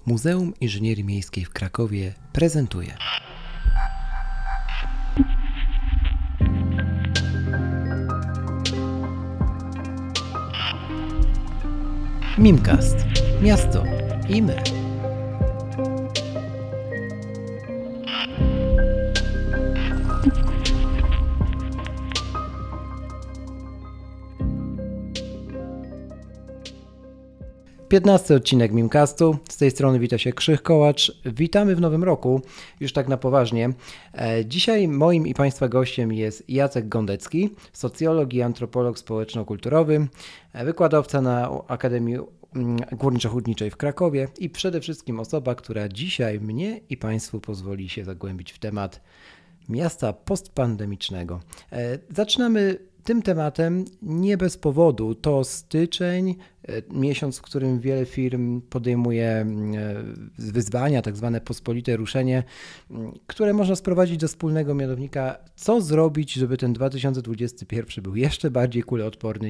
Muzeum Inżynierii Miejskiej w Krakowie prezentuje Mimcast. Miasto i my. Piętnasty odcinek Mimcastu. Z tej strony wita się Krzych Kołacz. Witamy w nowym roku, już tak na poważnie. Dzisiaj moim i Państwa gościem jest Jacek Gondecki, socjolog i antropolog społeczno-kulturowy, wykładowca na Akademii Górniczo-Hutniczej w Krakowie i przede wszystkim osoba, która dzisiaj mnie i Państwu pozwoli się zagłębić w temat miasta postpandemicznego. Zaczynamy tym tematem nie bez powodu. To styczeń, miesiąc, w którym wiele firm podejmuje wyzwania, tak zwane pospolite ruszenie, które można sprowadzić do wspólnego mianownika, co zrobić, żeby ten 2021 był jeszcze bardziej kuleodporny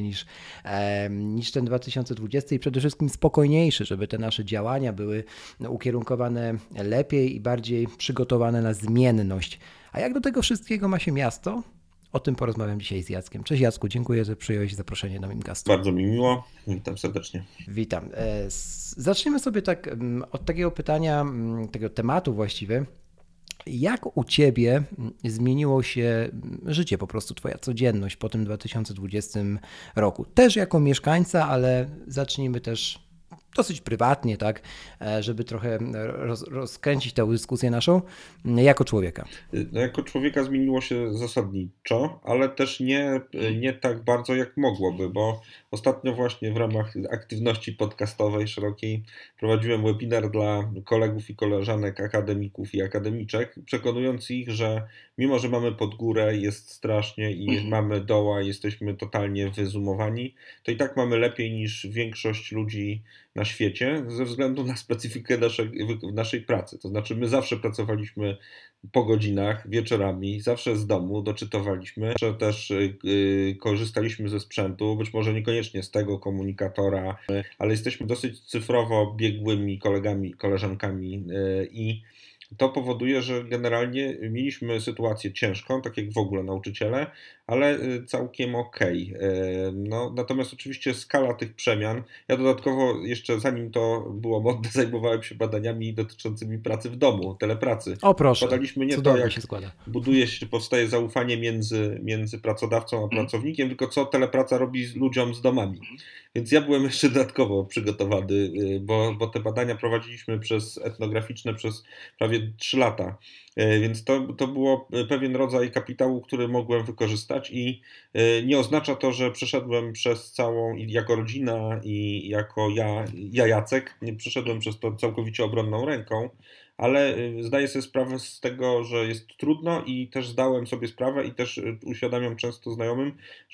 niż ten 2020 i przede wszystkim spokojniejszy, żeby te nasze działania były ukierunkowane lepiej i bardziej przygotowane na zmienność. A jak do tego wszystkiego ma się miasto? O tym porozmawiam dzisiaj z Jackiem. Cześć Jacku, dziękuję, że przyjąłeś zaproszenie do Mimcastu. Bardzo mi miło, witam serdecznie. Witam. Zaczniemy sobie tak od takiego pytania, tego tematu właściwie. Jak u Ciebie zmieniło się życie, po prostu Twoja codzienność po tym 2020 roku? Też jako mieszkańca, ale zacznijmy też dosyć prywatnie, tak, żeby trochę rozkręcić tę dyskusję naszą, jako człowieka. No, jako człowieka zmieniło się zasadniczo, ale też nie tak bardzo jak mogłoby, bo ostatnio właśnie w ramach aktywności podcastowej szerokiej prowadziłem webinar dla kolegów i koleżanek, akademików i akademiczek, przekonując ich, że mimo, że mamy pod górę, jest strasznie i mamy doła, jesteśmy totalnie wyzumowani, to i tak mamy lepiej niż większość ludzi na świecie ze względu na specyfikę naszej pracy. To znaczy my zawsze pracowaliśmy po godzinach, wieczorami, zawsze z domu doczytowaliśmy, że też korzystaliśmy ze sprzętu, być może niekoniecznie z tego komunikatora, ale jesteśmy dosyć cyfrowo biegłymi kolegami, koleżankami i to powoduje, że generalnie mieliśmy sytuację ciężką, tak jak w ogóle nauczyciele, ale całkiem okej. No, natomiast oczywiście skala tych przemian, ja dodatkowo jeszcze zanim to było modne, zajmowałem się badaniami dotyczącymi pracy w domu, telepracy. O proszę, badaliśmy nie to, jak powstaje zaufanie między pracodawcą a pracownikiem, tylko co telepraca robi z ludziom z domami. Więc ja byłem jeszcze dodatkowo przygotowany, bo te badania prowadziliśmy etnograficzne przez prawie 3 lata, więc to było pewien rodzaj kapitału, który mogłem wykorzystać i nie oznacza to, że przeszedłem przez całą, jako rodzina i jako ja Jacek, nie przeszedłem przez to całkowicie obronną ręką, ale zdaję sobie sprawę z tego, że jest trudno i też zdałem sobie sprawę i też uświadamiam często znajomym,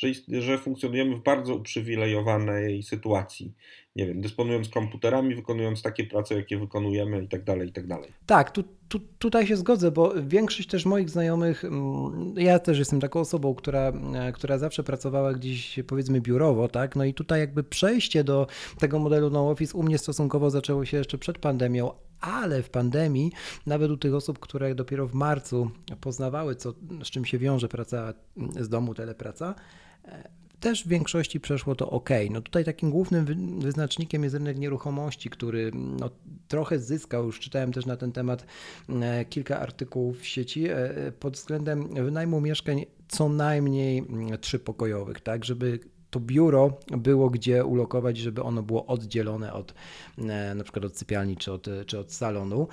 że funkcjonujemy w bardzo uprzywilejowanej sytuacji. Nie wiem, dysponując komputerami, wykonując takie prace, jakie wykonujemy i tak dalej, i tak dalej. Tak, tutaj się zgodzę, bo większość też moich znajomych, ja też jestem taką osobą, która zawsze pracowała gdzieś powiedzmy biurowo, tak, no i tutaj jakby przejście do tego modelu no office u mnie stosunkowo zaczęło się jeszcze przed pandemią, ale w pandemii nawet u tych osób, które dopiero w marcu poznawały, z czym się wiąże praca z domu, telepraca, też w większości przeszło to ok. No tutaj takim głównym wyznacznikiem jest rynek nieruchomości, który no, trochę zyskał, już czytałem też na ten temat kilka artykułów w sieci, pod względem wynajmu mieszkań co najmniej 3-pokojowych, tak, żeby to biuro było gdzie ulokować, żeby ono było oddzielone od na przykład od sypialni czy od salonu.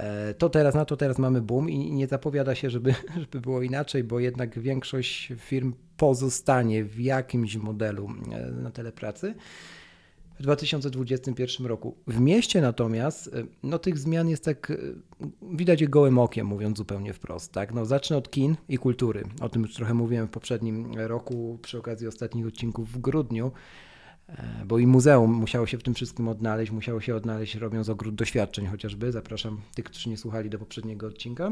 Teraz mamy boom i nie zapowiada się, żeby było inaczej, bo jednak większość firm pozostanie w jakimś modelu na telepracy w 2021 roku. W mieście natomiast no, tych zmian jest tak, widać je gołym okiem, mówiąc zupełnie wprost. Tak? No, zacznę od kin i kultury. O tym już trochę mówiłem w poprzednim roku przy okazji ostatnich odcinków w grudniu, bo i muzeum musiało się w tym wszystkim odnaleźć robiąc ogród doświadczeń chociażby. Zapraszam tych, którzy nie słuchali do poprzedniego odcinka.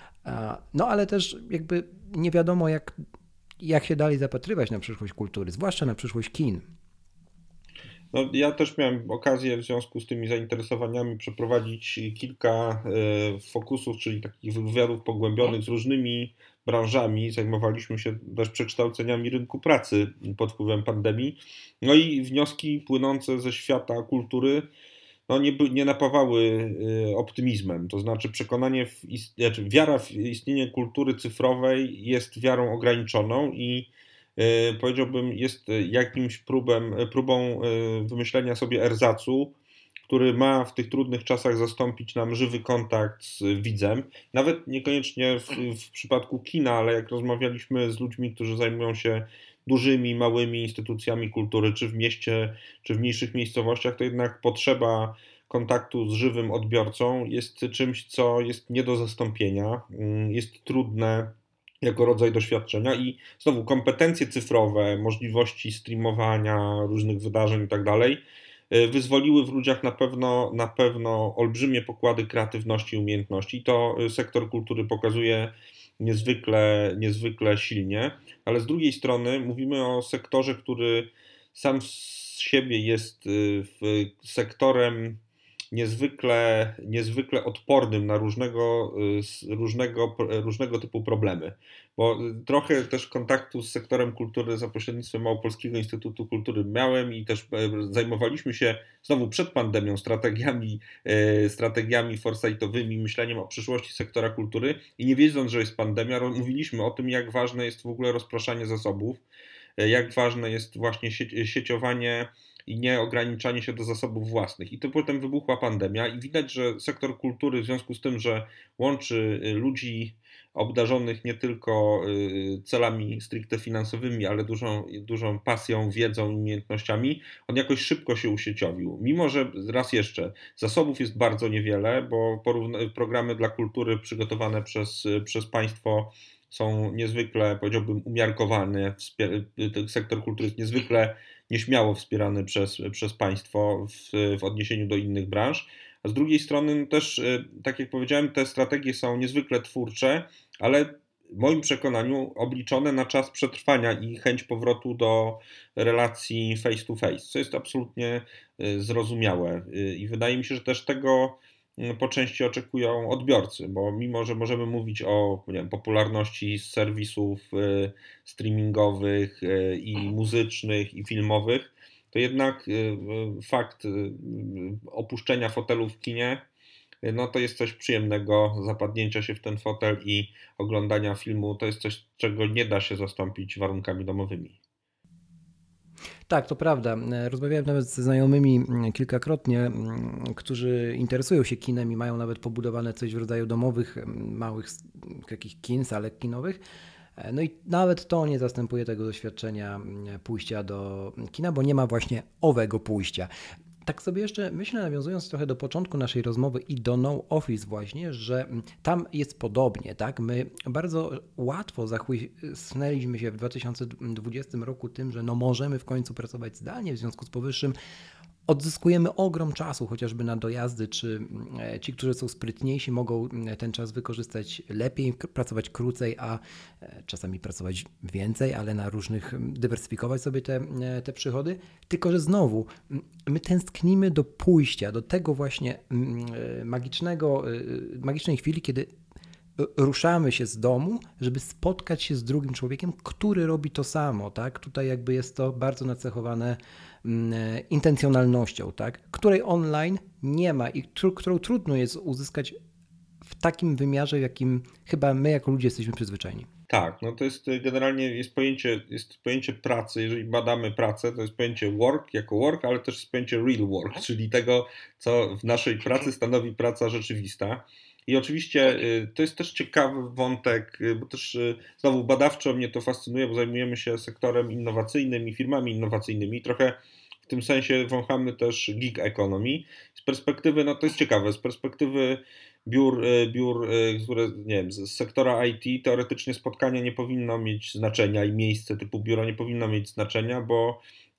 No ale też jakby nie wiadomo jak się dalej zapatrywać na przyszłość kultury, zwłaszcza na przyszłość kin. No, ja też miałem okazję w związku z tymi zainteresowaniami przeprowadzić kilka fokusów, czyli takich wywiadów pogłębionych z różnymi branżami. Zajmowaliśmy się też przekształceniami rynku pracy pod wpływem pandemii. No i wnioski płynące ze świata kultury no nie napawały optymizmem. To znaczy przekonanie, znaczy wiara w istnienie kultury cyfrowej jest wiarą ograniczoną i powiedziałbym jest jakimś próbą wymyślenia sobie erzacu, który ma w tych trudnych czasach zastąpić nam żywy kontakt z widzem. Nawet niekoniecznie w przypadku kina, ale jak rozmawialiśmy z ludźmi, którzy zajmują się dużymi, małymi instytucjami kultury, czy w mieście, czy w mniejszych miejscowościach, to jednak potrzeba kontaktu z żywym odbiorcą jest czymś, co jest nie do zastąpienia, jest trudne jako rodzaj doświadczenia i znowu kompetencje cyfrowe, możliwości streamowania różnych wydarzeń i tak dalej, wyzwoliły w ludziach na pewno olbrzymie pokłady kreatywności i umiejętności. I to sektor kultury pokazuje niezwykle silnie, ale z drugiej strony mówimy o sektorze, który sam z siebie jest sektorem niezwykle odpornym na różnego typu problemy. Bo trochę też kontaktu z sektorem kultury za pośrednictwem Małopolskiego Instytutu Kultury miałem i też zajmowaliśmy się znowu przed pandemią strategiami foresightowymi, myśleniem o przyszłości sektora kultury i nie wiedząc, że jest pandemia, mówiliśmy o tym, jak ważne jest w ogóle rozpraszanie zasobów, jak ważne jest właśnie sieciowanie i nie ograniczanie się do zasobów własnych. I to potem wybuchła pandemia i widać, że sektor kultury w związku z tym, że łączy ludzi obdarzonych nie tylko celami stricte finansowymi, ale dużą pasją, wiedzą i umiejętnościami, on jakoś szybko się usieciowił. Mimo że raz jeszcze zasobów jest bardzo niewiele, bo programy dla kultury przygotowane przez państwo są niezwykle, powiedziałbym, umiarkowane. Sektor kultury jest niezwykle nieśmiało wspierany przez państwo w odniesieniu do innych branż. A z drugiej strony no też, tak jak powiedziałem, te strategie są niezwykle twórcze, ale w moim przekonaniu obliczone na czas przetrwania i chęć powrotu do relacji face to face, co jest absolutnie zrozumiałe. I wydaje mi się, że też tego po części oczekują odbiorcy, bo mimo, że możemy mówić o nie wiem, popularności serwisów streamingowych i muzycznych i filmowych, to jednak fakt opuszczenia fotelu w kinie, no to jest coś przyjemnego, zapadnięcia się w ten fotel i oglądania filmu, to jest coś, czego nie da się zastąpić warunkami domowymi. Tak, to prawda. Rozmawiałem nawet ze znajomymi kilkakrotnie, którzy interesują się kinem i mają nawet pobudowane coś w rodzaju domowych, małych takich kin, salek kinowych. No i nawet to nie zastępuje tego doświadczenia pójścia do kina, bo nie ma właśnie owego pójścia. Tak sobie jeszcze myślę, nawiązując trochę do początku naszej rozmowy i do No Office właśnie, że tam jest podobnie, tak? My bardzo łatwo zachłysnęliśmy się w 2020 roku tym, że no możemy w końcu pracować zdalnie, w związku z powyższym odzyskujemy ogrom czasu, chociażby na dojazdy, czy ci, którzy są sprytniejsi, mogą ten czas wykorzystać lepiej, pracować krócej, a czasami pracować więcej, ale na różnych, dywersyfikować sobie te przychody. Tylko że znowu, my tęsknimy do pójścia, do tego właśnie magicznej chwili, kiedy ruszamy się z domu, żeby spotkać się z drugim człowiekiem, który robi to samo, tak? Tutaj jakby jest to bardzo nacechowane intencjonalnością, tak? Której online nie ma i którą trudno jest uzyskać w takim wymiarze, w jakim chyba my jako ludzie jesteśmy przyzwyczajeni. Tak, no to jest generalnie jest pojęcie pracy, jeżeli badamy pracę, to jest pojęcie work jako work, ale też jest pojęcie real work, czyli tego, co w naszej pracy stanowi praca rzeczywista. I oczywiście to jest też ciekawy wątek, bo też znowu badawczo mnie to fascynuje, bo zajmujemy się sektorem innowacyjnym i firmami innowacyjnymi. Trochę w tym sensie wąchamy też gig economy. Z perspektywy, no to jest ciekawe, z perspektywy biur, które, nie wiem, z sektora IT teoretycznie spotkanie nie powinno mieć znaczenia i miejsce typu biuro nie powinno mieć znaczenia, bo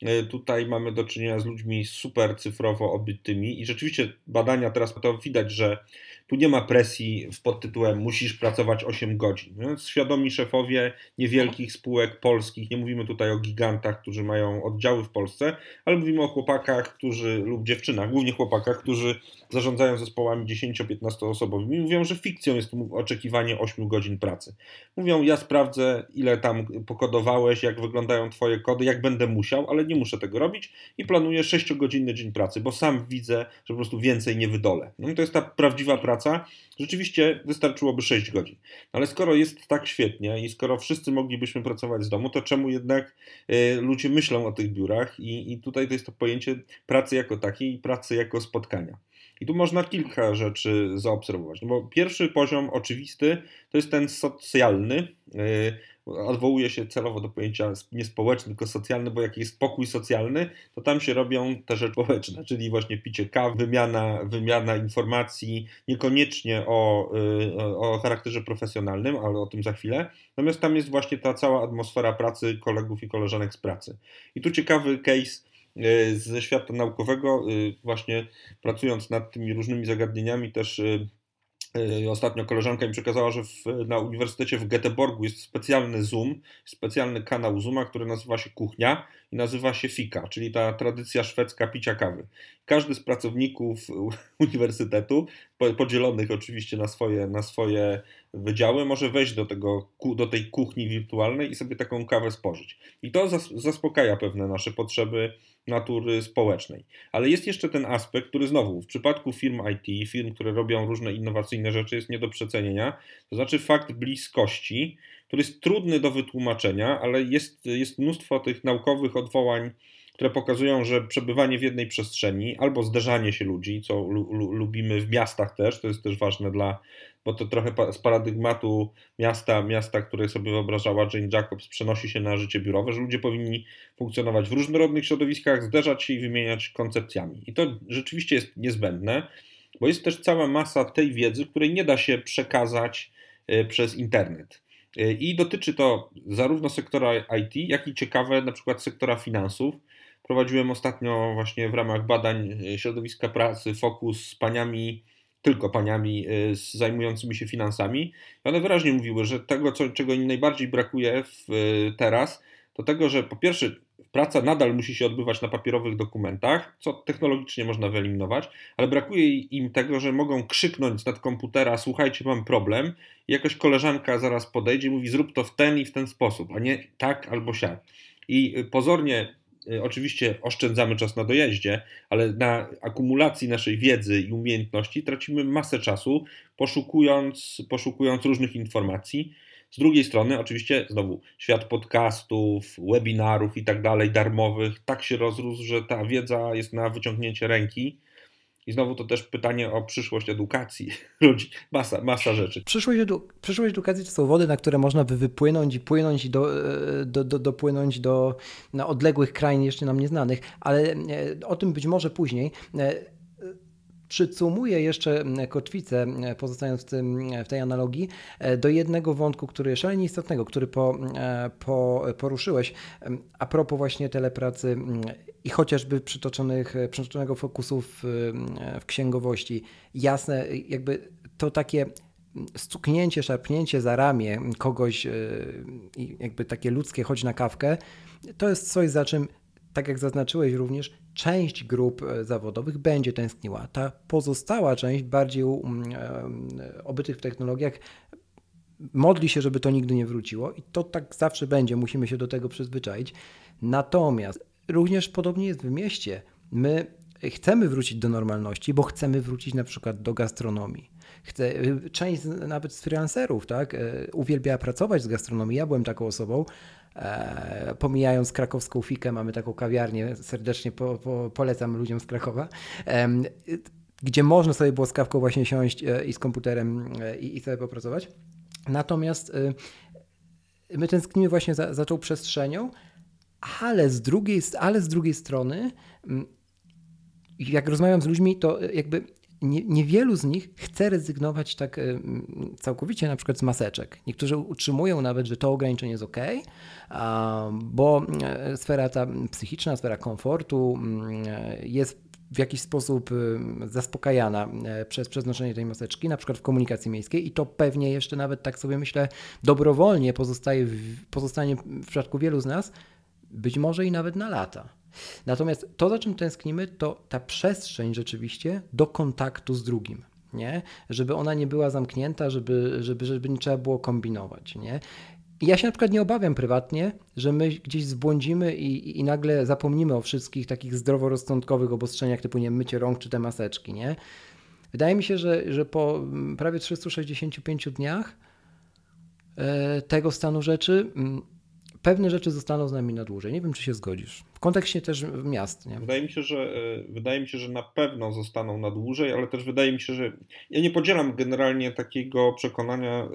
Tutaj mamy do czynienia z ludźmi super cyfrowo obytymi i rzeczywiście badania teraz to widać, że tu nie ma presji pod tytułem musisz pracować 8 godzin. Więc świadomi szefowie niewielkich spółek polskich, nie mówimy tutaj o gigantach, którzy mają oddziały w Polsce, ale mówimy o chłopakach, lub dziewczynach, głównie chłopakach, którzy zarządzają zespołami 10-15 osobowymi. Mówią, że fikcją jest oczekiwanie 8 godzin pracy. Mówią, ja sprawdzę, ile tam pokodowałeś, jak wyglądają twoje kody, jak będę musiał, ale nie muszę tego robić i planuję 6-godzinny dzień pracy, bo sam widzę, że po prostu więcej nie wydolę. No i to jest ta prawdziwa praca. Rzeczywiście wystarczyłoby 6 godzin. Ale skoro jest tak świetnie i skoro wszyscy moglibyśmy pracować z domu, to czemu jednak ludzie myślą o tych biurach i tutaj to jest to pojęcie pracy jako takiej i pracy jako spotkania. I tu można kilka rzeczy zaobserwować. No bo pierwszy poziom oczywisty to jest ten socjalny. Odwołuje się celowo do pojęcia nie społeczny, tylko socjalny, bo jak jest pokój socjalny, to tam się robią te rzeczy społeczne, czyli właśnie picie kawy, wymiana informacji, niekoniecznie o charakterze profesjonalnym, ale o tym za chwilę. Natomiast tam jest właśnie ta cała atmosfera pracy kolegów i koleżanek z pracy. I tu ciekawy case ze świata naukowego, właśnie pracując nad tymi różnymi zagadnieniami też ostatnio koleżanka mi przekazała, że na Uniwersytecie w Göteborgu jest specjalny Zoom, specjalny kanał Zooma, który nazywa się Kuchnia i nazywa się Fika, czyli ta tradycja szwedzka picia kawy. Każdy z pracowników uniwersytetu, podzielonych oczywiście na swoje wydziały, może wejść do tej kuchni wirtualnej i sobie taką kawę spożyć. I to zaspokaja pewne nasze potrzeby natury społecznej. Ale jest jeszcze ten aspekt, który znowu w przypadku firm IT, firm, które robią różne innowacyjne rzeczy, jest nie do przecenienia. To znaczy fakt bliskości, który jest trudny do wytłumaczenia, ale jest mnóstwo tych naukowych odwołań, które pokazują, że przebywanie w jednej przestrzeni albo zderzanie się ludzi, co lubimy w miastach też, to jest też ważne bo to trochę z paradygmatu miasta, które sobie wyobrażała Jane Jacobs, przenosi się na życie biurowe, że ludzie powinni funkcjonować w różnorodnych środowiskach, zderzać się i wymieniać koncepcjami. I to rzeczywiście jest niezbędne, bo jest też cała masa tej wiedzy, której nie da się przekazać przez internet. I dotyczy to zarówno sektora IT, jak i ciekawe na przykład sektora finansów. Prowadziłem ostatnio właśnie w ramach badań środowiska pracy fokus z tylko paniami zajmującymi się finansami. I one wyraźnie mówiły, że tego, czego im najbardziej brakuje teraz, to tego, że po pierwsze praca nadal musi się odbywać na papierowych dokumentach, co technologicznie można wyeliminować, ale brakuje im tego, że mogą krzyknąć nad komputera: słuchajcie, mam problem, i jakaś koleżanka zaraz podejdzie i mówi: zrób to w ten i w ten sposób, a nie tak albo siak. I pozornie oczywiście oszczędzamy czas na dojeździe, ale na akumulacji naszej wiedzy i umiejętności tracimy masę czasu, poszukując różnych informacji. Z drugiej strony oczywiście znowu świat podcastów, webinarów i tak dalej, darmowych, tak się rozrósł, że ta wiedza jest na wyciągnięcie ręki. I znowu to też pytanie o przyszłość edukacji ludzi. Masa rzeczy. Przyszłość edukacji to są wody, na które można by wypłynąć i płynąć i dopłynąć do odległych krain jeszcze nam nieznanych, ale o tym być może później. Przycumuję jeszcze kotwicę, pozostając w tej analogii, do jednego wątku, który szalenie istotnego, który poruszyłeś, a propos właśnie telepracy i chociażby przytoczonego fokusu w księgowości. Jasne, jakby to takie stuknięcie, szarpnięcie za ramię kogoś i jakby takie ludzkie chodź na kawkę, to jest coś, za czym, tak jak zaznaczyłeś również, część grup zawodowych będzie tęskniła. Ta pozostała część, bardziej obytych w technologiach, modli się, żeby to nigdy nie wróciło i to tak zawsze będzie, musimy się do tego przyzwyczaić. Natomiast również podobnie jest w mieście. My chcemy wrócić do normalności, bo chcemy wrócić na przykład do gastronomii. Część nawet z freelancerów, tak, uwielbia pracować z gastronomii. Ja byłem taką osobą. Pomijając krakowską Fikę, mamy taką kawiarnię, serdecznie polecam ludziom z Krakowa, gdzie można sobie było z kawką właśnie siąść i z komputerem i sobie popracować. Natomiast my tęsknimy właśnie za tą przestrzenią, ale z drugiej strony, jak rozmawiam z ludźmi, to jakby niewielu z nich chce rezygnować tak całkowicie na przykład z maseczek. Niektórzy utrzymują nawet, że to ograniczenie jest ok, bo sfera ta psychiczna, sfera komfortu jest w jakiś sposób zaspokajana przez noszenie tej maseczki, na przykład w komunikacji miejskiej i to pewnie jeszcze nawet, tak sobie myślę, dobrowolnie pozostanie w przypadku wielu z nas, być może i nawet na lata. Natomiast to, za czym tęsknimy, to ta przestrzeń rzeczywiście do kontaktu z drugim, nie? Żeby ona nie była zamknięta, żeby nie trzeba było kombinować, nie? I ja się na przykład nie obawiam prywatnie, że my gdzieś zbłądzimy i nagle zapomnimy o wszystkich takich zdroworozsądkowych obostrzeniach typu nie mycie rąk czy te maseczki, nie? Wydaje mi się, że po prawie 365 dniach tego stanu rzeczy pewne rzeczy zostaną z nami na dłużej. Nie wiem, czy się zgodzisz. W kontekście też miast, nie? Wydaje mi się, że na pewno zostaną na dłużej, ale też wydaje mi się, że ja nie podzielam generalnie takiego przekonania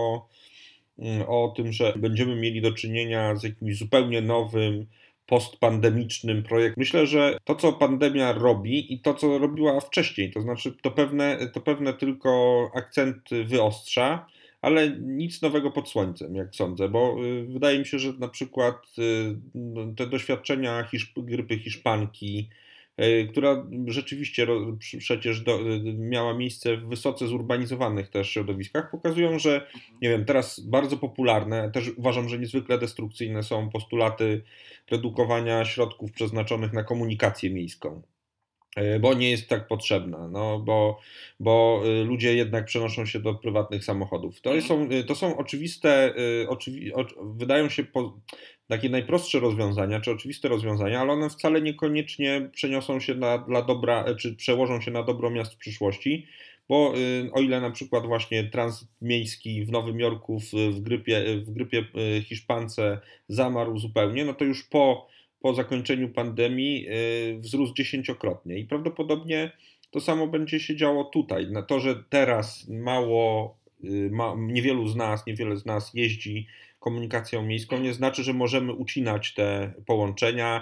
o tym, że będziemy mieli do czynienia z jakimś zupełnie nowym, postpandemicznym projektem. Myślę, że to, co pandemia robi i to, co robiła wcześniej, to znaczy to pewne tylko akcenty wyostrza, ale nic nowego pod słońcem, jak sądzę, bo wydaje mi się, że na przykład te doświadczenia grypy hiszpanki, która rzeczywiście przecież miała miejsce w wysoce zurbanizowanych też środowiskach, pokazują, że nie wiem, teraz bardzo popularne, też uważam, że niezwykle destrukcyjne są postulaty redukowania środków przeznaczonych na komunikację miejską, bo nie jest tak potrzebna, no bo ludzie jednak przenoszą się do prywatnych samochodów. To są oczywiste, wydają się takie najprostsze rozwiązania, czy oczywiste rozwiązania, ale one wcale niekoniecznie przeniosą się dla dobra, czy przełożą się na dobro miast w przyszłości, bo o ile na przykład właśnie tranzyt miejski w Nowym Jorku w grypie hiszpance zamarł zupełnie, no to już po zakończeniu pandemii wzrósł 10-krotnie i prawdopodobnie to samo będzie się działo tutaj. Na to, że teraz niewiele z nas jeździ komunikacją miejską, nie znaczy, że możemy ucinać te połączenia,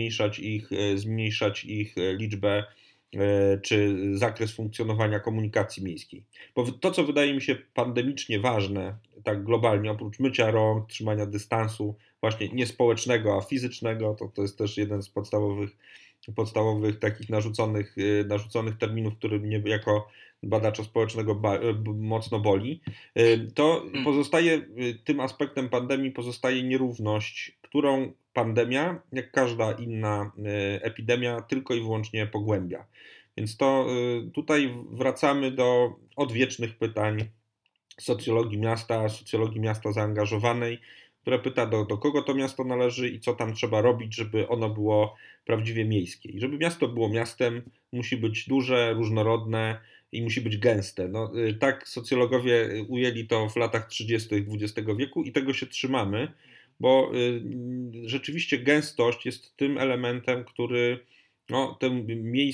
zmniejszać ich liczbę czy zakres funkcjonowania komunikacji miejskiej. Bo to, co wydaje mi się pandemicznie ważne, tak globalnie, oprócz mycia rąk, trzymania dystansu, właśnie nie społecznego, a fizycznego, to jest też jeden z podstawowych takich narzuconych terminów, który mnie jako badacza społecznego mocno boli, to tym aspektem pandemii pozostaje nierówność, którą pandemia, jak każda inna epidemia, tylko i wyłącznie pogłębia. Więc to tutaj wracamy do odwiecznych pytań socjologii miasta zaangażowanej, która pyta, do kogo to miasto należy i co tam trzeba robić, żeby ono było prawdziwie miejskie. I żeby miasto było miastem, musi być duże, różnorodne i musi być gęste. No, tak socjologowie ujęli to w latach 30. XX wieku i tego się trzymamy, bo rzeczywiście gęstość jest tym elementem, który tę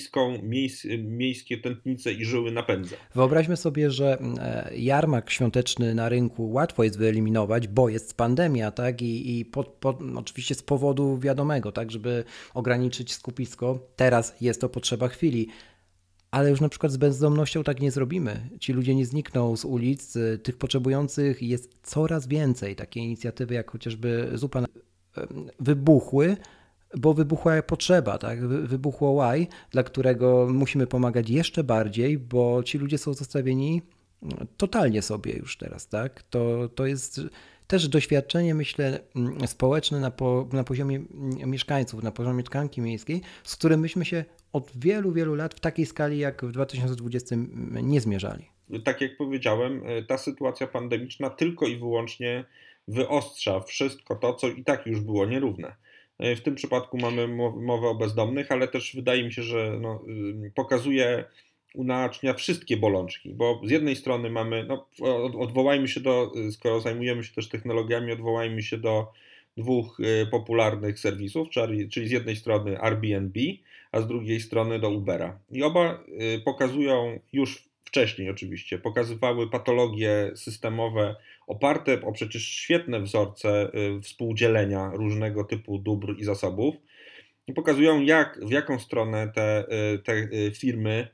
miejskie tętnice i żyły napędza. Wyobraźmy sobie, że jarmark świąteczny na rynku łatwo jest wyeliminować, bo jest pandemia, tak? Oczywiście z powodu wiadomego, tak, żeby ograniczyć skupisko. Teraz jest to potrzeba chwili. Ale już na przykład z bezdomnością tak nie zrobimy. Ci ludzie nie znikną z ulic, tych potrzebujących jest coraz więcej. Takie inicjatywy jak chociażby Zupa wybuchły, bo wybuchła potrzeba, tak? Wybuchło łaj, dla którego musimy pomagać jeszcze bardziej, bo ci ludzie są zostawieni totalnie sobie już teraz, tak? To jest też doświadczenie, myślę, społeczne na poziomie mieszkańców, na poziomie tkanki miejskiej, z którym myśmy się od wielu, wielu lat w takiej skali jak w 2020 nie zmierzali. Tak jak powiedziałem, ta sytuacja pandemiczna tylko i wyłącznie wyostrza wszystko to, co i tak już było nierówne. W tym przypadku mamy mowę o bezdomnych, ale też wydaje mi się, że pokazuje, unaocznia wszystkie bolączki, bo z jednej strony mamy, odwołajmy się skoro zajmujemy się też technologiami, odwołajmy się do dwóch popularnych serwisów, czyli z jednej strony Airbnb, a z drugiej strony do Ubera. I oba pokazują już wcześniej oczywiście, pokazywały patologie systemowe oparte o przecież świetne wzorce współdzielenia różnego typu dóbr i zasobów i pokazują w jaką stronę te firmy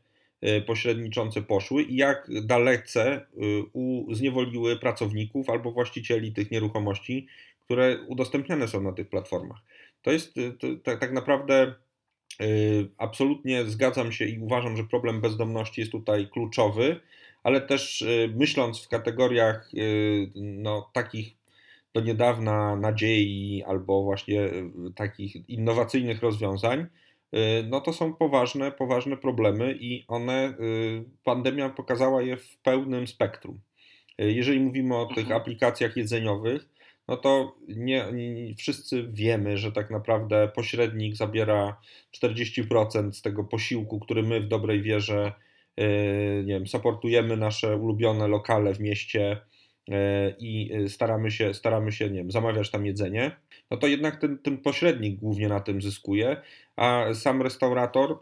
pośredniczące poszły i jak dalece zniewoliły pracowników albo właścicieli tych nieruchomości, które udostępniane są na tych platformach. To jest tak naprawdę absolutnie zgadzam się i uważam, że problem bezdomności jest tutaj kluczowy, ale też myśląc w kategoriach takich do niedawna nadziei albo właśnie takich innowacyjnych rozwiązań, no to są poważne problemy i pandemia pokazała je w pełnym spektrum. Jeżeli mówimy o tych aplikacjach jedzeniowych, no to nie wszyscy wiemy, że tak naprawdę pośrednik zabiera 40% z tego posiłku, który my w dobrej wierze, nie wiem, supportujemy nasze ulubione lokale w mieście i staramy się, nie wiem, zamawiać tam jedzenie, no to jednak ten pośrednik głównie na tym zyskuje, a sam restaurator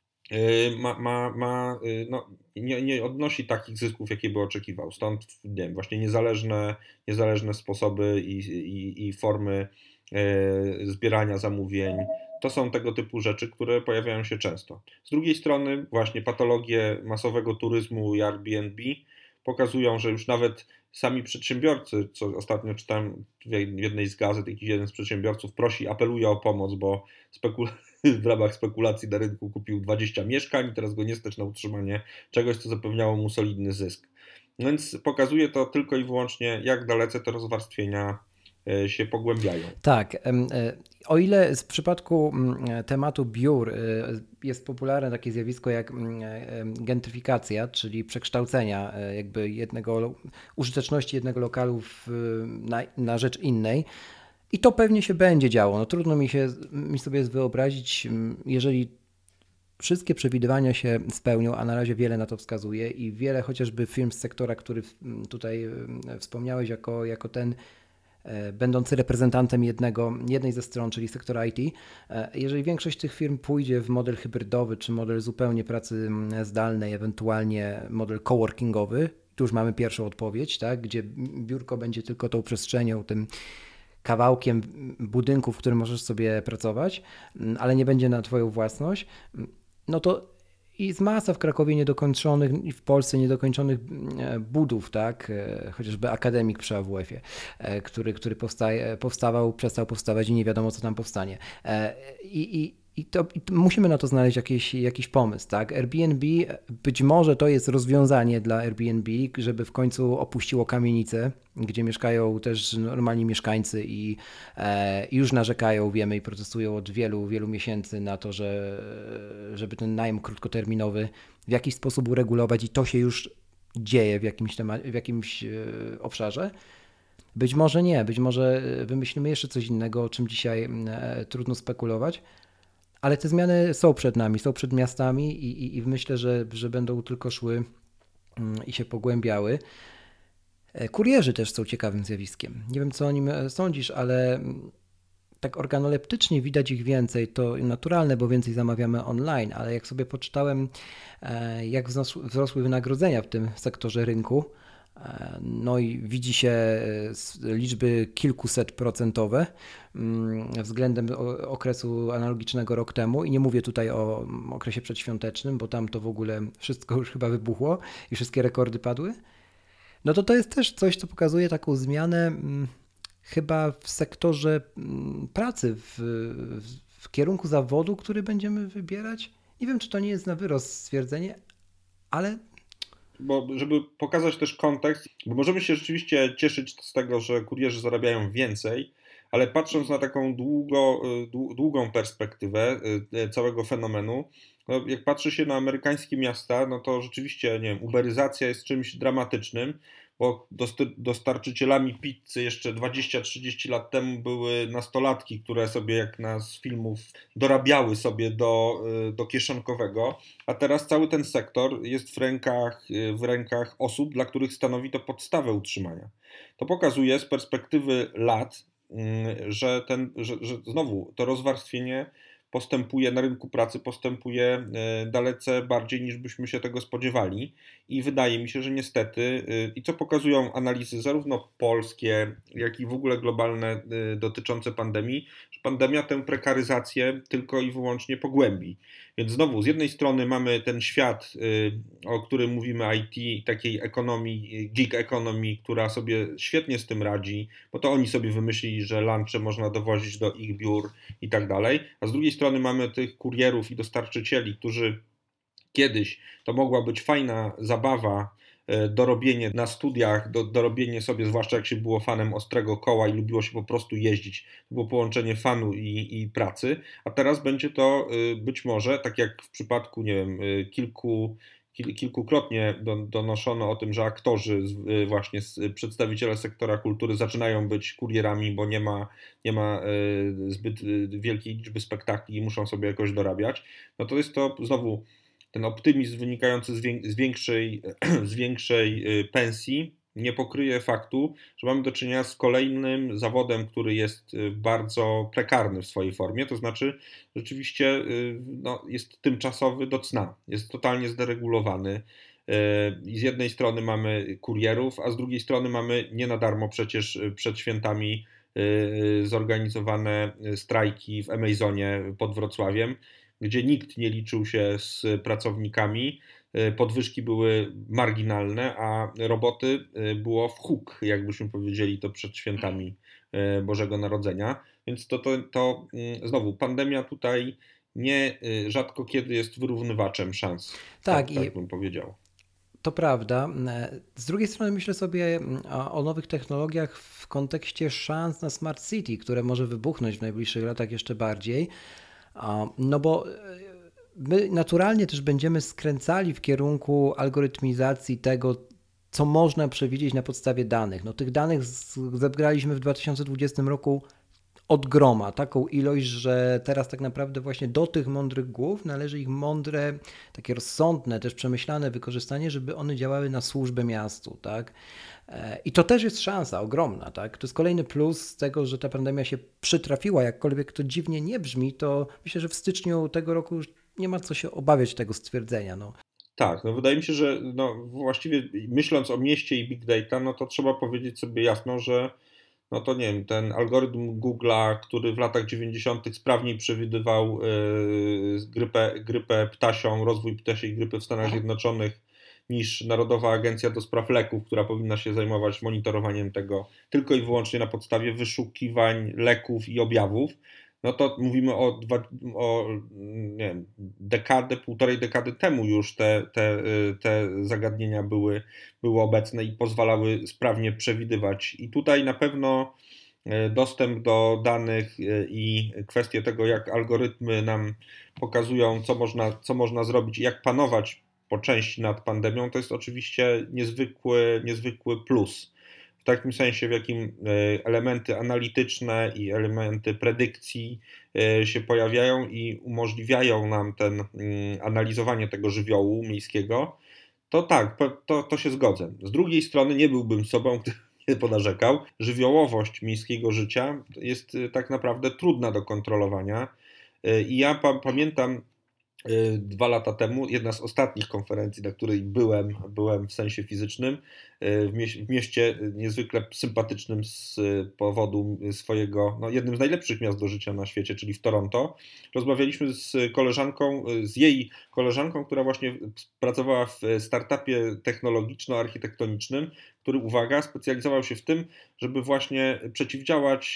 nie odnosi takich zysków, jakie by oczekiwał. Stąd nie wiem, właśnie niezależne sposoby i formy zbierania zamówień. To są tego typu rzeczy, które pojawiają się często. Z drugiej strony właśnie patologie masowego turyzmu i Airbnb pokazują, że już nawet sami przedsiębiorcy, co ostatnio czytałem w jednej z gazet, jakiś jeden z przedsiębiorców apeluje o pomoc, bo w ramach spekulacji na rynku kupił 20 mieszkań i teraz go nie stać na utrzymanie czegoś, co zapewniało mu solidny zysk. Więc pokazuje to tylko i wyłącznie, jak dalece te rozwarstwienia się pogłębiają. Tak. O ile w przypadku tematu biur jest popularne takie zjawisko jak gentryfikacja, czyli przekształcenia jakby użyteczności jednego lokalu na rzecz innej, i to pewnie się będzie działo. No, trudno mi sobie wyobrazić, jeżeli wszystkie przewidywania się spełnią, a na razie wiele na to wskazuje i wiele chociażby firm z sektora, który tutaj wspomniałeś jako ten będący reprezentantem jednej ze stron, czyli sektora IT. Jeżeli większość tych firm pójdzie w model hybrydowy, czy model zupełnie pracy zdalnej, ewentualnie model coworkingowy, tu już mamy pierwszą odpowiedź, tak, gdzie biurko będzie tylko tą przestrzenią, tym kawałkiem budynku, w którym możesz sobie pracować, ale nie będzie na twoją własność, no to jest masa w Krakowie niedokończonych i w Polsce niedokończonych budów, tak? Chociażby akademik przy AWF-ie, który powstawał, przestał powstawać i nie wiadomo, co tam powstanie. I musimy na to znaleźć jakiś pomysł, tak? Airbnb, być może to jest rozwiązanie dla Airbnb, żeby w końcu opuściło kamienice, gdzie mieszkają też normalni mieszkańcy i już narzekają, wiemy, i protestują od wielu miesięcy na to, żeby ten najem krótkoterminowy w jakiś sposób uregulować i to się już dzieje w jakimś obszarze. Być może nie, być może wymyślimy jeszcze coś innego, o czym dzisiaj trudno spekulować. Ale te zmiany są przed nami, są przed miastami i myślę, że będą tylko szły i się pogłębiały. Kurierzy też są ciekawym zjawiskiem. Nie wiem, co o nim sądzisz, ale tak organoleptycznie widać ich więcej. To naturalne, bo więcej zamawiamy online, ale jak sobie poczytałem, jak wzrosły wynagrodzenia w tym sektorze rynku, no i widzi się liczby kilkusetprocentowe względem okresu analogicznego rok temu i nie mówię tutaj o okresie przedświątecznym, bo tam to w ogóle wszystko już chyba wybuchło i wszystkie rekordy padły. No to jest też coś, co pokazuje taką zmianę chyba w sektorze pracy, w kierunku zawodu, który będziemy wybierać. Nie wiem, czy to nie jest na wyrost stwierdzenie, ale bo żeby pokazać też kontekst, bo możemy się rzeczywiście cieszyć z tego, że kurierzy zarabiają więcej, ale patrząc na taką długą perspektywę całego fenomenu, no jak patrzy się na amerykańskie miasta, no to rzeczywiście, nie wiem, uberyzacja jest czymś dramatycznym, bo dostarczycielami pizzy jeszcze 20-30 lat temu były nastolatki, które sobie, jak z filmów, dorabiały sobie do kieszonkowego, a teraz cały ten sektor jest w rękach osób, dla których stanowi to podstawę utrzymania. To pokazuje z perspektywy lat, że znowu to rozwarstwienie postępuje na rynku pracy, postępuje dalece bardziej niż byśmy się tego spodziewali i wydaje mi się, że niestety, i co pokazują analizy zarówno polskie, jak i w ogóle globalne dotyczące pandemii, że pandemia tę prekaryzację tylko i wyłącznie pogłębi. Więc znowu, z jednej strony mamy ten świat, o którym mówimy IT, takiej ekonomii, gig economy, która sobie świetnie z tym radzi, bo to oni sobie wymyślili, że lunche można dowozić do ich biur i tak dalej, a z drugiej strony mamy tych kurierów i dostarczycieli, którzy kiedyś to mogła być fajna zabawa, dorobienie na studiach, dorobienie sobie, zwłaszcza jak się było fanem ostrego koła i lubiło się po prostu jeździć, to było połączenie fanu i pracy, a teraz będzie to być może, tak jak w przypadku, nie wiem, kilkukrotnie donoszono o tym, że aktorzy, właśnie przedstawiciele sektora kultury zaczynają być kurierami, bo nie ma zbyt wielkiej liczby spektakli i muszą sobie jakoś dorabiać, no to jest to znowu ten optymizm wynikający z większej pensji nie pokryje faktu, że mamy do czynienia z kolejnym zawodem, który jest bardzo prekarny w swojej formie, to znaczy rzeczywiście jest tymczasowy do cna, jest totalnie zderegulowany. I z jednej strony mamy kurierów, a z drugiej strony mamy nie na darmo przecież przed świętami zorganizowane strajki w Amazonie pod Wrocławiem, gdzie nikt nie liczył się z pracownikami, podwyżki były marginalne, a roboty było w huk, jakbyśmy powiedzieli to przed świętami Bożego Narodzenia. Więc to znowu, pandemia tutaj rzadko kiedy jest wyrównywaczem szans. Tak bym powiedział. To prawda. Z drugiej strony myślę sobie o nowych technologiach w kontekście szans na Smart City, które może wybuchnąć w najbliższych latach jeszcze bardziej. No bo my naturalnie też będziemy skręcali w kierunku algorytmizacji tego, co można przewidzieć na podstawie danych. No tych danych zebraliśmy w 2020 roku od groma, taką ilość, że teraz tak naprawdę właśnie do tych mądrych głów należy ich mądre, takie rozsądne, też przemyślane wykorzystanie, żeby one działały na służbę miastu, tak? I to też jest szansa ogromna, tak? To jest kolejny plus tego, że ta pandemia się przytrafiła, jakkolwiek to dziwnie nie brzmi, to myślę, że w styczniu tego roku już nie ma co się obawiać tego stwierdzenia, no. Tak, wydaje mi się, że właściwie myśląc o mieście i big data, to trzeba powiedzieć sobie jasno, że to nie wiem, ten algorytm Google'a, który w latach 90. sprawniej przewidywał grypę ptasią, rozwój ptasiej grypy w Stanach Zjednoczonych niż Narodowa Agencja do Spraw Leków, która powinna się zajmować monitorowaniem tego tylko i wyłącznie na podstawie wyszukiwań leków i objawów, to mówimy o nie wiem, półtorej dekady temu już te zagadnienia były obecne i pozwalały sprawnie przewidywać. I tutaj na pewno dostęp do danych i kwestie tego, jak algorytmy nam pokazują, co można zrobić i jak panować po części nad pandemią, to jest oczywiście niezwykły plus. W takim sensie, w jakim elementy analityczne i elementy predykcji się pojawiają i umożliwiają nam analizowanie tego żywiołu miejskiego, to tak, to się zgodzę. Z drugiej strony nie byłbym sobą, który nie ponarzekał. Żywiołowość miejskiego życia jest tak naprawdę trudna do kontrolowania i ja pamiętam 2 lata temu, jedna z ostatnich konferencji, na której byłem w sensie fizycznym, w mieście niezwykle sympatycznym z powodu swojego, jednym z najlepszych miast do życia na świecie, czyli w Toronto. Rozmawialiśmy z jej koleżanką, która właśnie pracowała w startupie technologiczno-architektonicznym, który, uwaga, specjalizował się w tym, żeby właśnie przeciwdziałać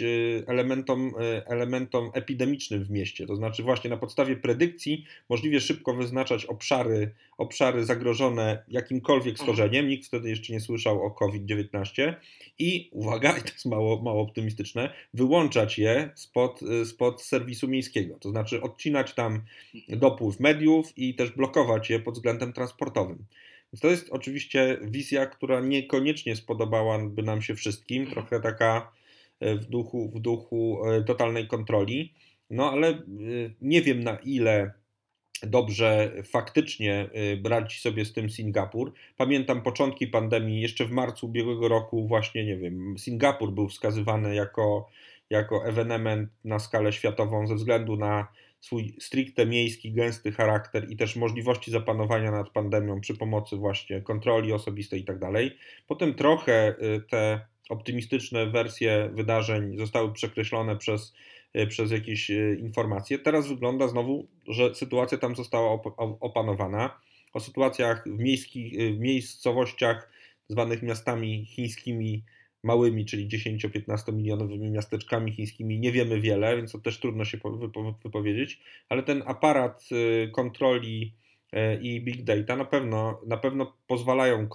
elementom epidemicznym w mieście. To znaczy właśnie na podstawie predykcji możliwie szybko wyznaczać obszary zagrożone jakimkolwiek schorzeniem. Nikt wtedy jeszcze nie słyszał o COVID-19 i, uwaga, i to jest mało optymistyczne, wyłączać je spod serwisu miejskiego. To znaczy odcinać tam dopływ mediów i też blokować je pod względem transportowym. Więc to jest oczywiście wizja, która niekoniecznie spodobałaby nam się wszystkim, trochę taka w duchu totalnej kontroli, ale nie wiem, na ile dobrze faktycznie radzi sobie z tym Singapur. Pamiętam początki pandemii, jeszcze w marcu ubiegłego roku właśnie, nie wiem, Singapur był wskazywany jako ewenement na skalę światową ze względu na swój stricte miejski, gęsty charakter i też możliwości zapanowania nad pandemią przy pomocy właśnie kontroli osobistej i tak dalej. Potem trochę te optymistyczne wersje wydarzeń zostały przekreślone przez jakieś informacje. Teraz wygląda znowu, że sytuacja tam została opanowana. O sytuacjach w miejscowościach zwanych miastami chińskimi małymi, czyli 10-15 milionowymi miasteczkami chińskimi nie wiemy wiele, więc to też trudno się wypowiedzieć, ale ten aparat kontroli i big data na pewno pozwalają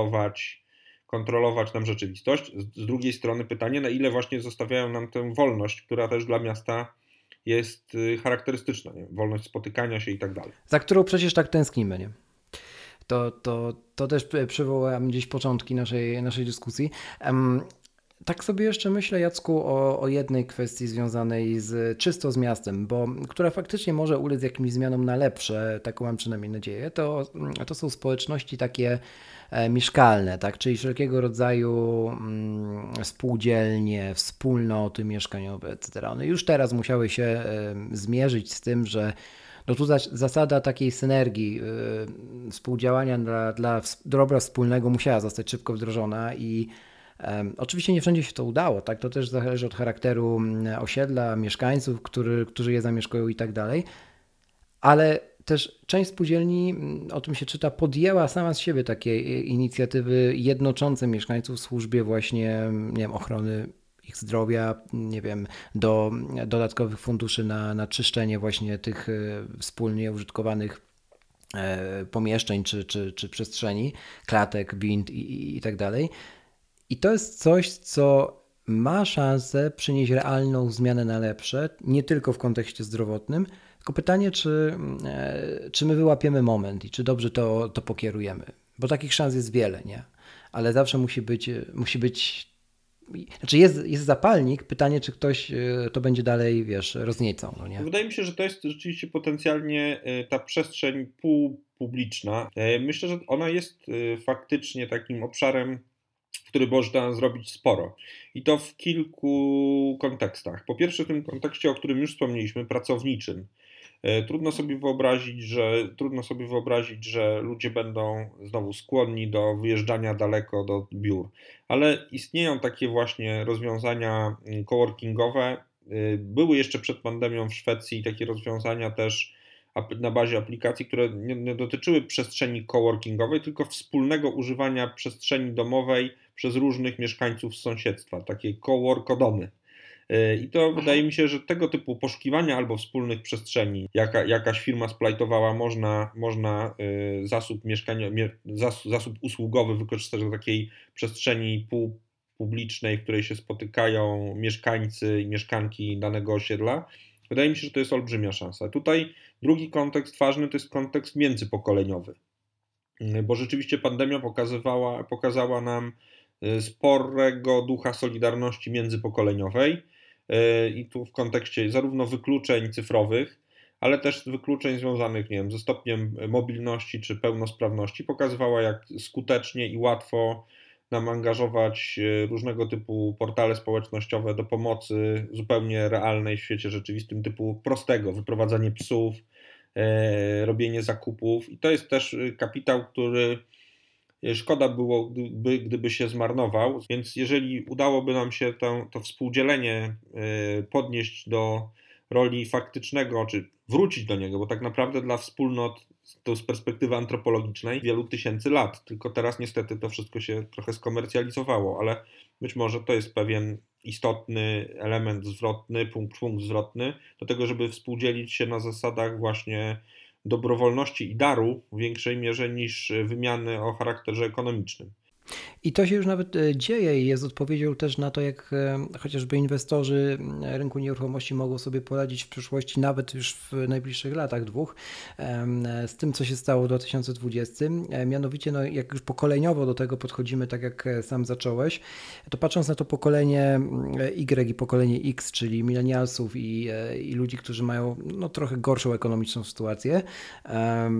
kontrolować nam rzeczywistość. Z drugiej strony pytanie, na ile właśnie zostawiają nam tę wolność, która też dla miasta jest charakterystyczna, nie? Wolność spotykania się i tak dalej. Za którą przecież tak tęsknimy, nie? To też przywołałem gdzieś początki naszej dyskusji. Tak sobie jeszcze myślę, Jacku, o jednej kwestii związanej czysto z miastem, która faktycznie może ulec jakimś zmianom na lepsze, taką mam przynajmniej nadzieję, to są społeczności takie mieszkalne, tak? Czyli wszelkiego rodzaju spółdzielnie, wspólnoty mieszkaniowe, etc. One już teraz musiały się zmierzyć z tym, że no tu zasada takiej synergii, współdziałania dla dobra wspólnego musiała zostać szybko wdrożona i oczywiście nie wszędzie się to udało, tak? To też zależy od charakteru osiedla, mieszkańców, którzy je zamieszkują i tak dalej, ale też część spółdzielni, o tym się czyta, podjęła sama z siebie takie inicjatywy jednoczące mieszkańców w służbie właśnie, nie wiem, ochrony ich zdrowia, nie wiem, do dodatkowych funduszy na czyszczenie właśnie tych wspólnie użytkowanych pomieszczeń czy przestrzeni, klatek, wind i tak dalej. I to jest coś, co ma szansę przynieść realną zmianę na lepsze, nie tylko w kontekście zdrowotnym, tylko pytanie, czy my wyłapiemy moment i czy dobrze to pokierujemy. Bo takich szans jest wiele, nie? Ale zawsze musi być znaczy jest zapalnik, pytanie, czy ktoś to będzie dalej, wiesz, rozniecał, no nie? Wydaje mi się, że to jest rzeczywiście potencjalnie ta przestrzeń półpubliczna. Myślę, że ona jest faktycznie takim obszarem, w który można zrobić sporo. I to w kilku kontekstach. Po pierwsze, w tym kontekście, o którym już wspomnieliśmy, pracowniczym. Trudno sobie wyobrazić, że ludzie będą znowu skłonni do wyjeżdżania daleko do biur, ale istnieją takie właśnie rozwiązania coworkingowe. Były jeszcze przed pandemią w Szwecji takie rozwiązania też na bazie aplikacji, które nie dotyczyły przestrzeni coworkingowej, tylko wspólnego używania przestrzeni domowej przez różnych mieszkańców z sąsiedztwa, takie coworkodomy. I to wydaje mi się, że tego typu poszukiwania albo wspólnych przestrzeni, jakaś firma splajtowała, można zasób usługowy wykorzystać do takiej przestrzeni półpublicznej, w której się spotykają mieszkańcy i mieszkanki danego osiedla. Wydaje mi się, że to jest olbrzymia szansa. Tutaj drugi kontekst ważny to jest kontekst międzypokoleniowy, bo rzeczywiście pandemia pokazała nam sporego ducha solidarności międzypokoleniowej i tu w kontekście zarówno wykluczeń cyfrowych, ale też wykluczeń związanych, nie wiem, ze stopniem mobilności czy pełnosprawności, pokazywała, jak skutecznie i łatwo nam angażować różnego typu portale społecznościowe do pomocy zupełnie realnej w świecie rzeczywistym, typu prostego, wyprowadzanie psów, robienie zakupów. I to jest też kapitał, który szkoda byłoby, gdyby się zmarnował, więc jeżeli udałoby nam się to współdzielenie podnieść do roli faktycznego, czy wrócić do niego, bo tak naprawdę dla wspólnot to z perspektywy antropologicznej wielu tysięcy lat, tylko teraz niestety to wszystko się trochę skomercjalizowało, ale być może to jest pewien istotny element zwrotny, punkt zwrotny do tego, żeby współdzielić się na zasadach właśnie dobrowolności i daru w większej mierze niż wymiany o charakterze ekonomicznym. I to się już nawet dzieje i jest odpowiedzią też na to, jak chociażby inwestorzy rynku nieruchomości mogą sobie poradzić w przyszłości, nawet już w najbliższych latach dwóch, z tym, co się stało w 2020. Mianowicie, no, jak już pokoleniowo do tego podchodzimy, tak jak sam zacząłeś, to patrząc na to pokolenie Y i pokolenie X, czyli milenialsów i ludzi, którzy mają no, trochę gorszą ekonomiczną sytuację,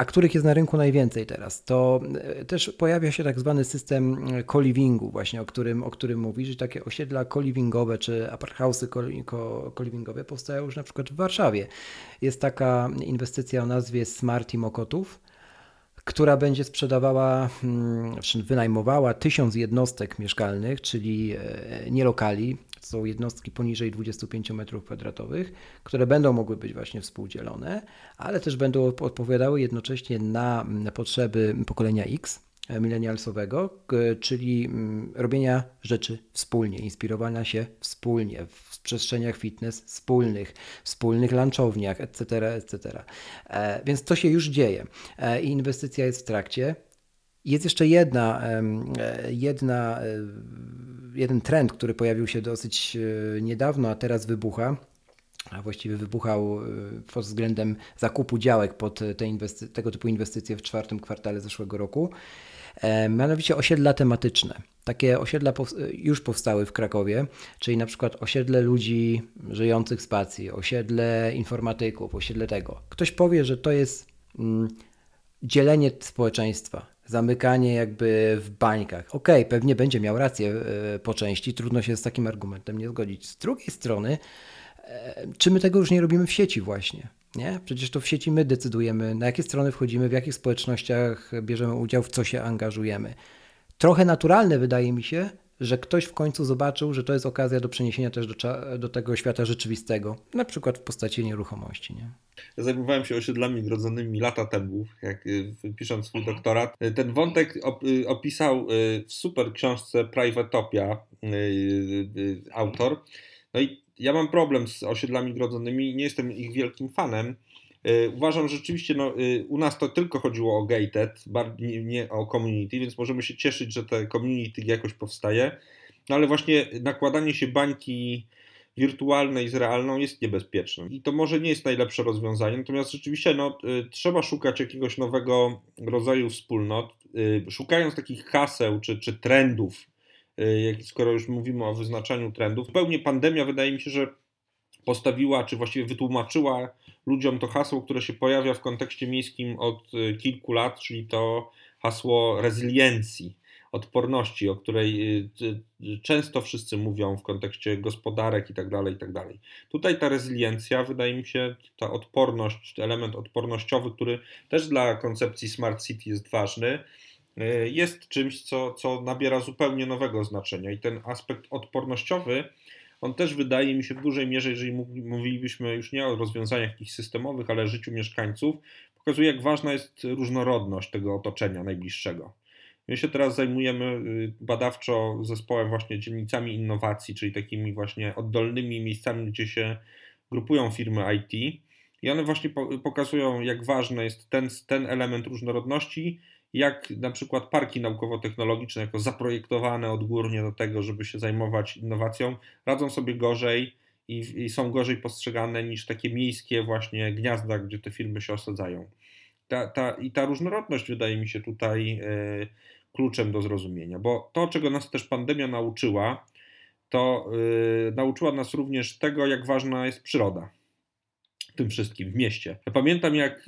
a których jest na rynku najwięcej teraz, to też pojawia się tak zwany system co-livingu właśnie, o którym mówisz, że takie osiedla co-livingowe czy aparthouse'y co-livingowe powstają już na przykład w Warszawie. Jest taka inwestycja o nazwie Smarty Mokotów, która będzie sprzedawała, czy wynajmowała 1000 jednostek mieszkalnych, czyli nie lokali, to są jednostki poniżej 25 m2, które będą mogły być właśnie współdzielone, ale też będą odpowiadały jednocześnie na potrzeby pokolenia X, milenialsowego, czyli robienia rzeczy wspólnie, inspirowania się wspólnie w przestrzeniach fitness wspólnych lunchowniach, etc., etc. Więc to się już dzieje i inwestycja jest w trakcie. Jest jeszcze jeden trend, który pojawił się dosyć niedawno, a teraz wybucha. A właściwie wybuchał pod względem zakupu działek pod tego typu inwestycje w czwartym kwartale zeszłego roku. Mianowicie osiedla tematyczne. Takie osiedla już powstały w Krakowie, czyli na przykład osiedle ludzi żyjących z pasji, osiedle informatyków, osiedle tego. Ktoś powie, że to jest dzielenie społeczeństwa, zamykanie jakby w bańkach. Okej, pewnie będzie miał rację po części, trudno się z takim argumentem nie zgodzić. Z drugiej strony, czy my tego już nie robimy w sieci właśnie? Nie? Przecież to w sieci my decydujemy, na jakie strony wchodzimy, w jakich społecznościach bierzemy udział, w co się angażujemy. Trochę naturalne wydaje mi się, że ktoś w końcu zobaczył, że to jest okazja do przeniesienia też do tego świata rzeczywistego, na przykład w postaci nieruchomości. Nie? Ja zajmowałem się osiedlami grodzonymi lata temu, jak pisząc swój doktorat. Ten wątek opisał w super książce Privatopia autor. No i ja mam problem z osiedlami grodzonymi, nie jestem ich wielkim fanem. Uważam, że rzeczywiście u nas to tylko chodziło o gated, nie o community, więc możemy się cieszyć, że te community jakoś powstaje, no ale właśnie nakładanie się bańki wirtualnej z realną jest niebezpieczne i to może nie jest najlepsze rozwiązanie, natomiast rzeczywiście trzeba szukać jakiegoś nowego rodzaju wspólnot, szukając takich haseł czy trendów, skoro już mówimy o wyznaczaniu trendów. Zupełnie pandemia wydaje mi się, że postawiła, czy właściwie wytłumaczyła ludziom to hasło, które się pojawia w kontekście miejskim od kilku lat, czyli to hasło rezyliencji, odporności, o której często wszyscy mówią w kontekście gospodarek i tak dalej, i tak dalej. Tutaj ta rezyliencja, wydaje mi się, ta odporność, element odpornościowy, który też dla koncepcji Smart City jest ważny, jest czymś, co nabiera zupełnie nowego znaczenia i ten aspekt odpornościowy, on też wydaje mi się w dużej mierze, jeżeli mówilibyśmy już nie o rozwiązaniach jakichś systemowych, ale życiu mieszkańców, pokazuje, jak ważna jest różnorodność tego otoczenia najbliższego. My się teraz zajmujemy badawczo zespołem właśnie dzielnicami innowacji, czyli takimi właśnie oddolnymi miejscami, gdzie się grupują firmy IT i one właśnie pokazują, jak ważny jest ten element różnorodności, jak na przykład parki naukowo-technologiczne jako zaprojektowane odgórnie do tego, żeby się zajmować innowacją, radzą sobie gorzej i są gorzej postrzegane niż takie miejskie właśnie gniazda, gdzie te firmy się osadzają. Ta różnorodność wydaje mi się tutaj kluczem do zrozumienia, bo to, czego nas też pandemia nauczyła, to nauczyła nas również tego, jak ważna jest przyroda w tym wszystkim, w mieście. Ja pamiętam, jak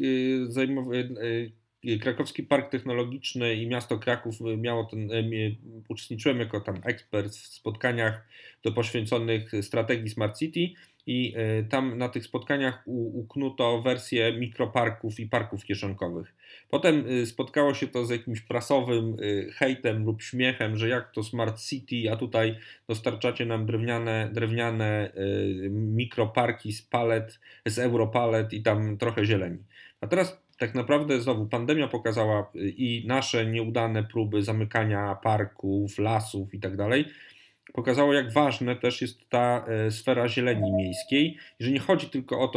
Krakowski Park Technologiczny i miasto Kraków uczestniczyłem jako tam ekspert w spotkaniach poświęconych strategii Smart City i tam na tych spotkaniach uknuto wersję mikroparków i parków kieszonkowych. Potem spotkało się to z jakimś prasowym hejtem lub śmiechem, że jak to Smart City, a tutaj dostarczacie nam drewniane mikroparki z Europalet i tam trochę zieleni. A teraz tak naprawdę znowu pandemia pokazała i nasze nieudane próby zamykania parków, lasów i tak dalej, pokazało, jak ważna też jest ta sfera zieleni miejskiej, że nie chodzi tylko o to,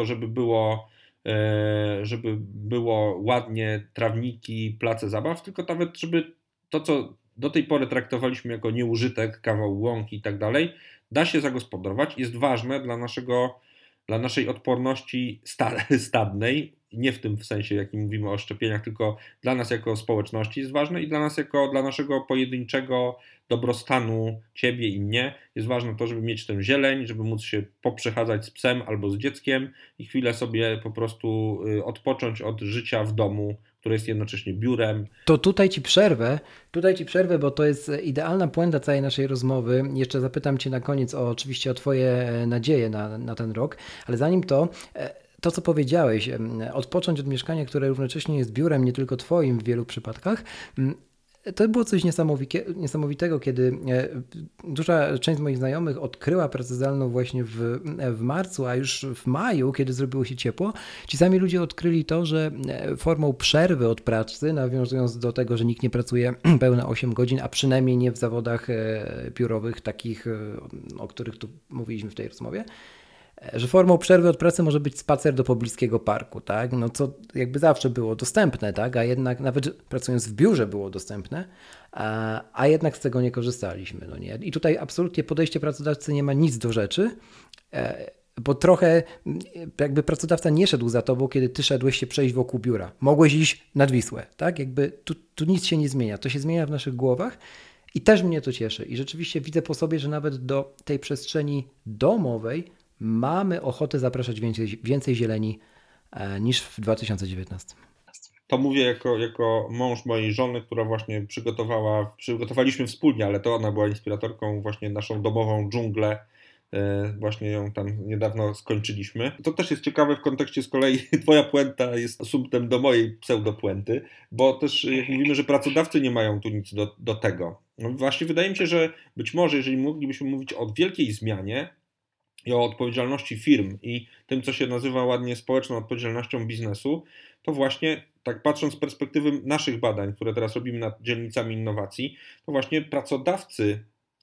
żeby było ładnie trawniki, place zabaw, tylko nawet, żeby to, co do tej pory traktowaliśmy jako nieużytek, kawał łąki i tak dalej, da się zagospodarować, jest ważne dla naszej odporności stadnej, nie w tym sensie, jakim mówimy o szczepieniach, tylko dla nas jako społeczności jest ważne i dla naszego pojedynczego dobrostanu ciebie i mnie jest ważne to, żeby mieć tę zieleń, żeby móc się poprzechadzać z psem albo z dzieckiem i chwilę sobie po prostu odpocząć od życia w domu, które jest jednocześnie biurem. To tutaj ci przerwę, bo to jest idealna puenta całej naszej rozmowy. Jeszcze zapytam Cię na koniec oczywiście o Twoje nadzieje na ten rok, ale zanim to, co powiedziałeś, odpocząć od mieszkania, które równocześnie jest biurem, nie tylko Twoim w wielu przypadkach, to było coś niesamowitego, kiedy duża część z moich znajomych odkryła pracę zdalną właśnie w marcu, a już w maju, kiedy zrobiło się ciepło, ci sami ludzie odkryli to, że formą przerwy od pracy, nawiązując do tego, że nikt nie pracuje pełne 8 godzin, a przynajmniej nie w zawodach biurowych, takich, o których tu mówiliśmy w tej rozmowie, że formą przerwy od pracy może być spacer do pobliskiego parku, tak? No co jakby zawsze było dostępne, tak? A jednak nawet pracując w biurze było dostępne, a jednak z tego nie korzystaliśmy, no nie? I tutaj absolutnie podejście pracodawcy nie ma nic do rzeczy, bo trochę jakby pracodawca nie szedł za tobą, kiedy ty szedłeś się przejść wokół biura. Mogłeś iść nad Wisłę, tak? Jakby tu nic się nie zmienia. To się zmienia w naszych głowach i też mnie to cieszy. I rzeczywiście widzę po sobie, że nawet do tej przestrzeni domowej mamy ochotę zapraszać więcej zieleni niż w 2019. To mówię jako mąż mojej żony, która właśnie przygotowaliśmy wspólnie, ale to ona była inspiratorką, właśnie naszą domową dżunglę. Właśnie ją tam niedawno skończyliśmy. To też jest ciekawe w kontekście z kolei, twoja puenta jest asumptem do mojej pseudopuenty, bo też jak mówimy, że pracodawcy nie mają tu nic do tego. No właśnie wydaje mi się, że być może jeżeli moglibyśmy mówić o wielkiej zmianie i o odpowiedzialności firm i tym, co się nazywa ładnie społeczną odpowiedzialnością biznesu, to właśnie tak patrząc z perspektywy naszych badań, które teraz robimy nad dzielnicami innowacji, to właśnie pracodawcy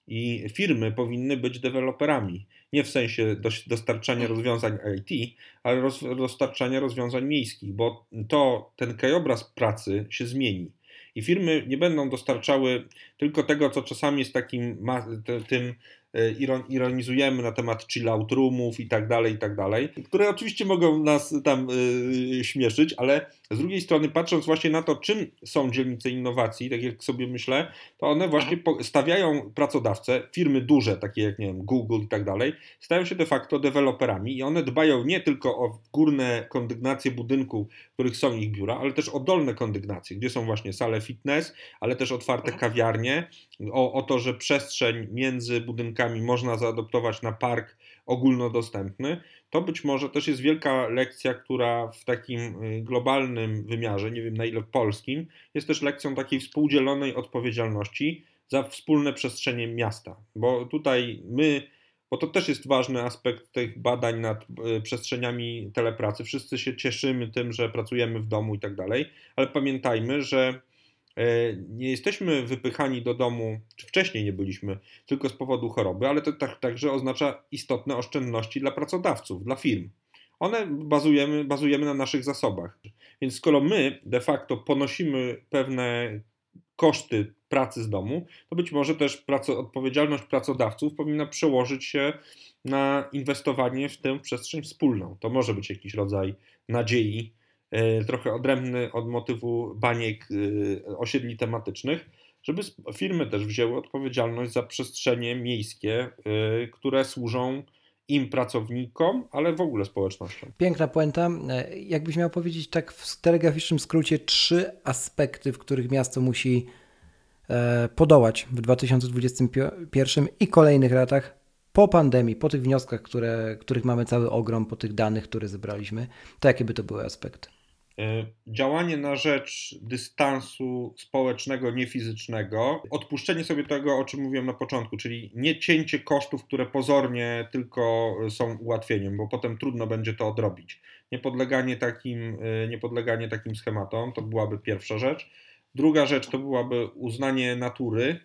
i firmy powinny być deweloperami. Nie w sensie dostarczania rozwiązań IT, ale dostarczania rozwiązań miejskich, bo ten krajobraz pracy się zmieni. I firmy nie będą dostarczały tylko tego, co czasami jest takim tym ironizujemy na temat chill-out roomów i tak dalej, które oczywiście mogą nas tam śmieszyć, ale z drugiej strony patrząc właśnie na to, czym są dzielnice innowacji, tak jak sobie myślę, to one właśnie stawiają pracodawcę, firmy duże, takie jak nie wiem, Google i tak dalej, stają się de facto deweloperami i one dbają nie tylko o górne kondygnacje budynku, w których są ich biura, ale też o dolne kondygnacje, gdzie są właśnie sale fitness, ale też otwarte kawiarnie, o to, że przestrzeń między budynkami można zaadoptować na park ogólnodostępny, to być może też jest wielka lekcja, która w takim globalnym wymiarze, nie wiem na ile w polskim, jest też lekcją takiej współdzielonej odpowiedzialności za wspólne przestrzenie miasta. Bo tutaj bo to też jest ważny aspekt tych badań nad przestrzeniami telepracy. Wszyscy się cieszymy tym, że pracujemy w domu i tak dalej, ale pamiętajmy, że nie jesteśmy wypychani do domu, czy wcześniej nie byliśmy, tylko z powodu choroby, ale to także oznacza istotne oszczędności dla pracodawców, dla firm. Bazujemy na naszych zasobach. Więc skoro my de facto ponosimy pewne koszty pracy z domu, to być może też odpowiedzialność pracodawców powinna przełożyć się na inwestowanie w tę przestrzeń wspólną. To może być jakiś rodzaj nadziei, trochę odrębny od motywu baniek osiedli tematycznych, żeby firmy też wzięły odpowiedzialność za przestrzenie miejskie, które służą im pracownikom, ale w ogóle społecznościom. Piękna puenta. Jakbyś miał powiedzieć tak w telegraficznym skrócie 3 aspekty, w których miasto musi podołać w 2021 i kolejnych latach po pandemii, po tych wnioskach, których mamy cały ogrom, po tych danych, które zebraliśmy, to jakie by to były aspekty? Działanie na rzecz dystansu społecznego, niefizycznego, odpuszczenie sobie tego, o czym mówiłem na początku, czyli nie cięcie kosztów, które pozornie tylko są ułatwieniem, bo potem trudno będzie to odrobić. Niepodleganie takim schematom, to byłaby pierwsza rzecz. Druga rzecz to byłaby uznanie natury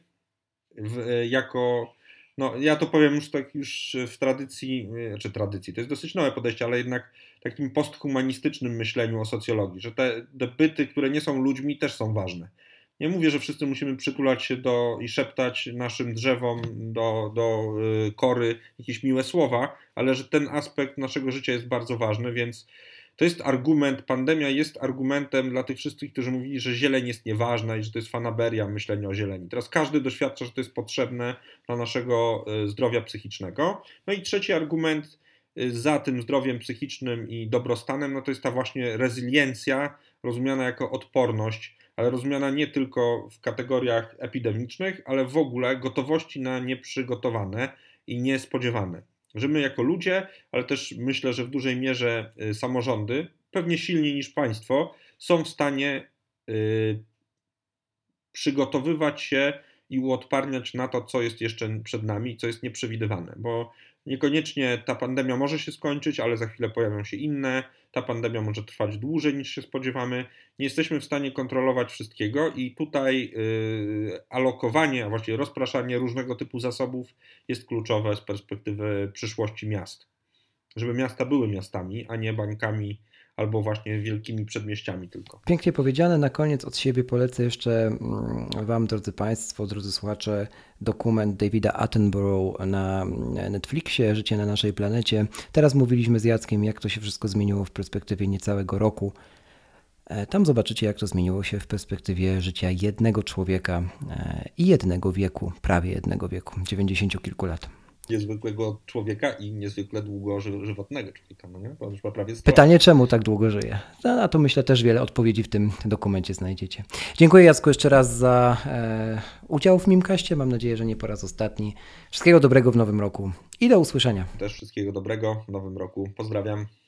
jako, no ja to powiem już w tradycji, to jest dosyć nowe podejście, ale jednak takim posthumanistycznym myśleniu o socjologii, że te byty, które nie są ludźmi, też są ważne. Nie mówię, że wszyscy musimy przytulać się i szeptać naszym drzewom do kory jakieś miłe słowa, ale że ten aspekt naszego życia jest bardzo ważny, więc to jest argument, pandemia jest argumentem dla tych wszystkich, którzy mówili, że zieleń jest nieważna i że to jest fanaberia myślenia o zieleni. Teraz każdy doświadcza, że to jest potrzebne dla naszego zdrowia psychicznego. No i trzeci argument za tym zdrowiem psychicznym i dobrostanem, no to jest ta właśnie rezyliencja, rozumiana jako odporność, ale rozumiana nie tylko w kategoriach epidemicznych, ale w ogóle gotowości na nieprzygotowane i niespodziewane. Że my jako ludzie, ale też myślę, że w dużej mierze samorządy, pewnie silniej niż państwo, są w stanie przygotowywać się i uodparniać na to, co jest jeszcze przed nami, co jest nieprzewidywane, bo niekoniecznie ta pandemia może się skończyć, ale za chwilę pojawią się inne, ta pandemia może trwać dłużej niż się spodziewamy, nie jesteśmy w stanie kontrolować wszystkiego i tutaj alokowanie, a właściwie rozpraszanie różnego typu zasobów jest kluczowe z perspektywy przyszłości miast. Żeby miasta były miastami, a nie bańkami albo właśnie wielkimi przedmieściami tylko. Pięknie powiedziane. Na koniec od siebie polecę jeszcze Wam, drodzy Państwo, drodzy słuchacze, dokument Davida Attenborough na Netflixie, Życie na naszej planecie. Teraz mówiliśmy z Jackiem, jak to się wszystko zmieniło w perspektywie niecałego roku. Tam zobaczycie, jak to zmieniło się w perspektywie życia jednego człowieka i jednego wieku, prawie jednego wieku, 90 kilku lat. Niezwykłego człowieka i niezwykle długożywotnego człowieka, no nie? Bo już ma prawie 100 Pytanie, czemu tak długo żyje? No, na to myślę też wiele odpowiedzi w tym dokumencie znajdziecie. Dziękuję Jacku jeszcze raz za udział w Mimkaście. Mam nadzieję, że nie po raz ostatni. Wszystkiego dobrego w nowym roku i do usłyszenia. Też wszystkiego dobrego w nowym roku. Pozdrawiam.